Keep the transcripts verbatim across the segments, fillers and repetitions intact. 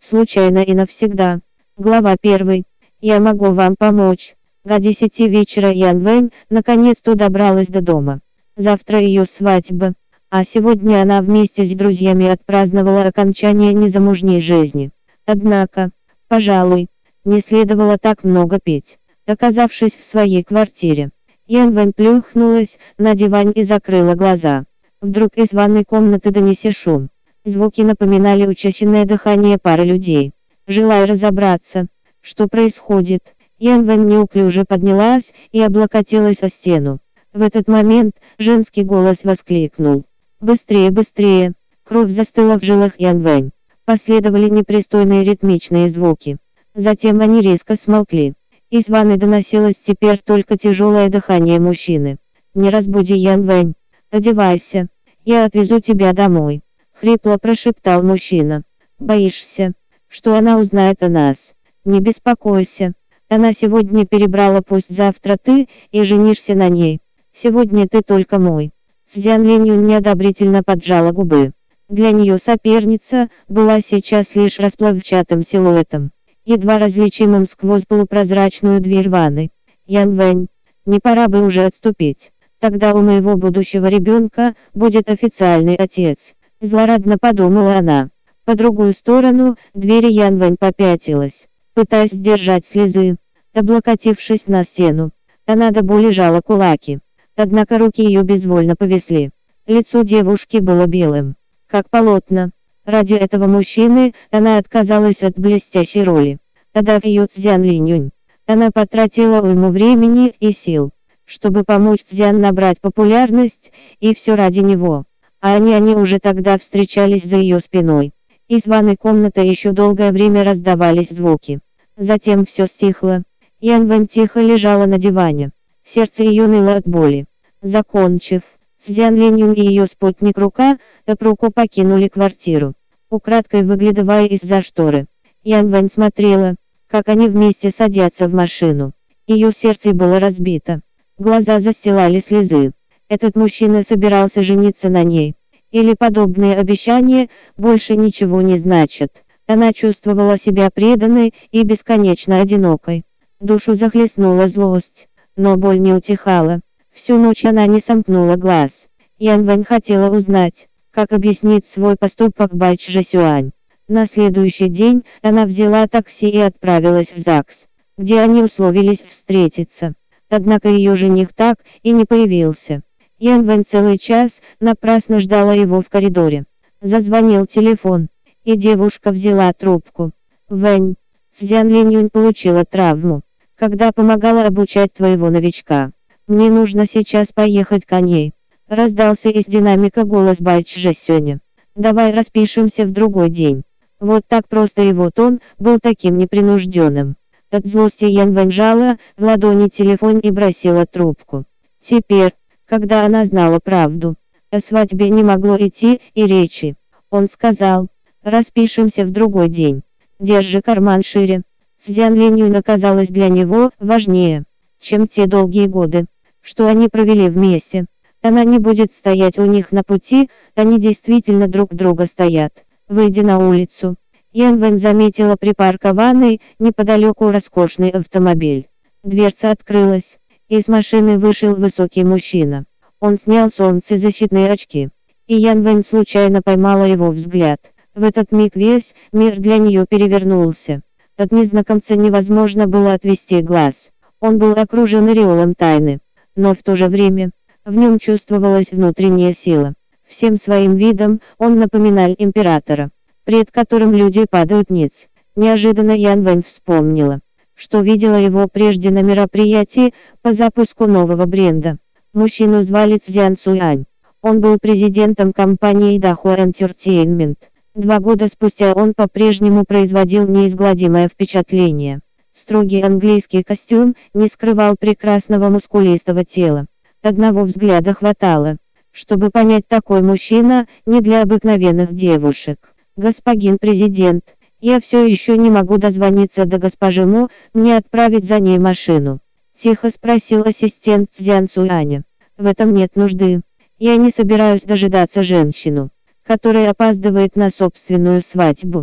Случайно и навсегда. Глава первая. Я могу вам помочь. К десяти вечера Ян Вэнь наконец-то добралась до дома. Завтра ее свадьба, а сегодня она вместе с друзьями отпраздновала окончание незамужней жизни. Однако, пожалуй, не следовало так много петь. Оказавшись в своей квартире, Ян Вэнь плюхнулась на диван и закрыла глаза. Вдруг из ванной комнаты донесся шум. Звуки напоминали учащенное дыхание пары людей. Желая разобраться, что происходит, Ян Вэнь неуклюже поднялась и облокотилась о стену. В этот момент женский голос воскликнул: «Быстрее, быстрее!» Кровь застыла в жилах Ян Вэнь. Последовали непристойные ритмичные звуки. Затем они резко смолкли. Из ванны доносилось теперь только тяжелое дыхание мужчины. «Не разбуди, Ян Вэнь. Одевайся. Я отвезу тебя домой», — хрипло прошептал мужчина. «Боишься, что она узнает о нас? Не беспокойся. Она сегодня перебрала, пусть завтра ты и женишься на ней. Сегодня ты только мой». Цзян Линь неодобрительно поджала губы. Для нее соперница была сейчас лишь расплывчатым силуэтом, едва различимым сквозь полупрозрачную дверь ванны. «Ян Вэнь, не пора бы уже отступить? Тогда у моего будущего ребенка будет официальный отец», — злорадно подумала она. По другую сторону двери Ян Вэнь попятилась, пытаясь сдержать слезы. Облокотившись на стену, она до боли жала кулаки. Однако руки ее безвольно повисли. Лицо девушки было белым, как полотно. Ради этого мужчины она отказалась от блестящей роли. Отдав ее Цзян Линь, она потратила уйму времени и сил, чтобы помочь Цзян набрать популярность, и все ради него. А они, они уже тогда встречались за ее спиной. Из ванной комнаты еще долгое время раздавались звуки. Затем все стихло. Ян Вэнь тихо лежала на диване. Сердце ее ныло от боли. Закончив, Цзян Линь и ее спутник рука об руку покинули квартиру, украдкой выглядывая из-за шторы. Ян Вэнь смотрела, как они вместе садятся в машину. Ее сердце было разбито. Глаза застилали слезы. Этот мужчина собирался жениться на ней. Или подобные обещания больше ничего не значат. Она чувствовала себя преданной и бесконечно одинокой. Душу захлестнула злость, но боль не утихала. Всю ночь она не сомкнула глаз. Ян Вэнь хотела узнать, как объяснить свой поступок Бай Чжэсюань. На следующий день она взяла такси и отправилась в ЗАГС, где они условились встретиться. Однако ее жених так и не появился. Ян Вэнь целый час напрасно ждала его в коридоре. Зазвонил телефон, и девушка взяла трубку. «Вэнь, Цзян Линь получила травму, когда помогала обучать твоего новичка. Мне нужно сейчас поехать к ней», — раздался из динамика голос Бай Чжэсюаня. «Давай распишемся в другой день». Вот так просто его тон был таким непринужденным. От злости Ян Вэнь жала в ладони телефон и бросила трубку. Теперь, когда она знала правду, о свадьбе не могло идти и речи. Он сказал: «Распишемся в другой день. Держи карман шире». Цзян Линь оказалась для него важнее, чем те долгие годы, что они провели вместе. Она не будет стоять у них на пути, они действительно друг друга стоят. Выйдя на улицу, Ян Вэнь заметила припаркованный неподалеку роскошный автомобиль. Дверца открылась. Из машины вышел высокий мужчина. Он снял солнцезащитные очки, и Ян Вэнь случайно поймала его взгляд. В этот миг весь мир для нее перевернулся. От незнакомца невозможно было отвести глаз. Он был окружен ореолом тайны, но в то же время в нем чувствовалась внутренняя сила. Всем своим видом он напоминал императора, пред которым люди падают ниц. Неожиданно Ян Вэнь вспомнила, что видела его прежде на мероприятии по запуску нового бренда. Мужчину звали Цзян Суань. Он был президентом компании Dahua Entertainment. Два года спустя он по-прежнему производил неизгладимое впечатление. Строгий английский костюм не скрывал прекрасного мускулистого тела. Одного взгляда хватало, чтобы понять, такой мужчина не для обыкновенных девушек. «Господин президент, я все еще не могу дозвониться до госпожи Мо, мне отправить за ней машину?» — тихо спросил ассистент Цзян Суаня. «В этом нет нужды. Я не собираюсь дожидаться женщину, которая опаздывает на собственную свадьбу», —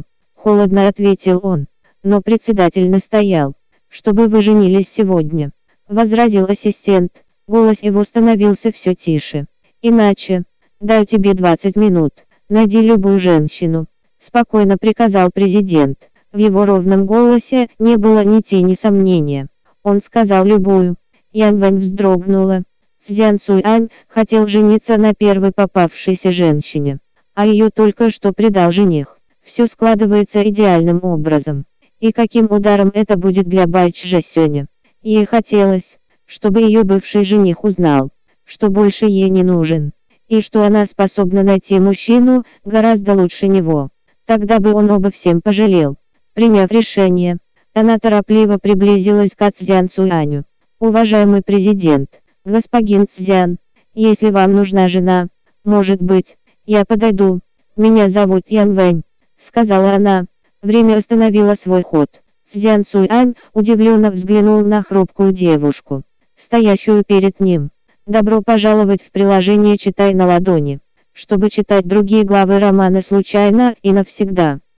холодно ответил он. Но председатель настоял, чтобы вы женились сегодня, возразил ассистент. Голос его становился все тише. Иначе, даю тебе двадцать минут, найди любую женщину, спокойно приказал президент. В его ровном голосе не было ни тени сомнения. Он сказал любую. Ян Вэнь вздрогнула. Цзян Суань хотел жениться на первой попавшейся женщине, а ее только что предал жених. Все складывается идеальным образом. И каким ударом это будет для Байчжа Сюэня. Ей хотелось, чтобы ее бывший жених узнал, что больше ей не нужен, и что она способна найти мужчину гораздо лучше него. Тогда бы он обо всем пожалел. Приняв решение, она торопливо приблизилась к Цзян Суаню. Уважаемый президент, господин Цзян, если вам нужна жена, может быть, я подойду. Меня зовут Ян Вэнь, сказала она. Время остановило свой ход. Цзян Суань удивленно взглянул на хрупкую девушку, стоящую перед ним. Добро пожаловать в приложение «Читай на ладони», чтобы читать другие главы романа случайно и навсегда.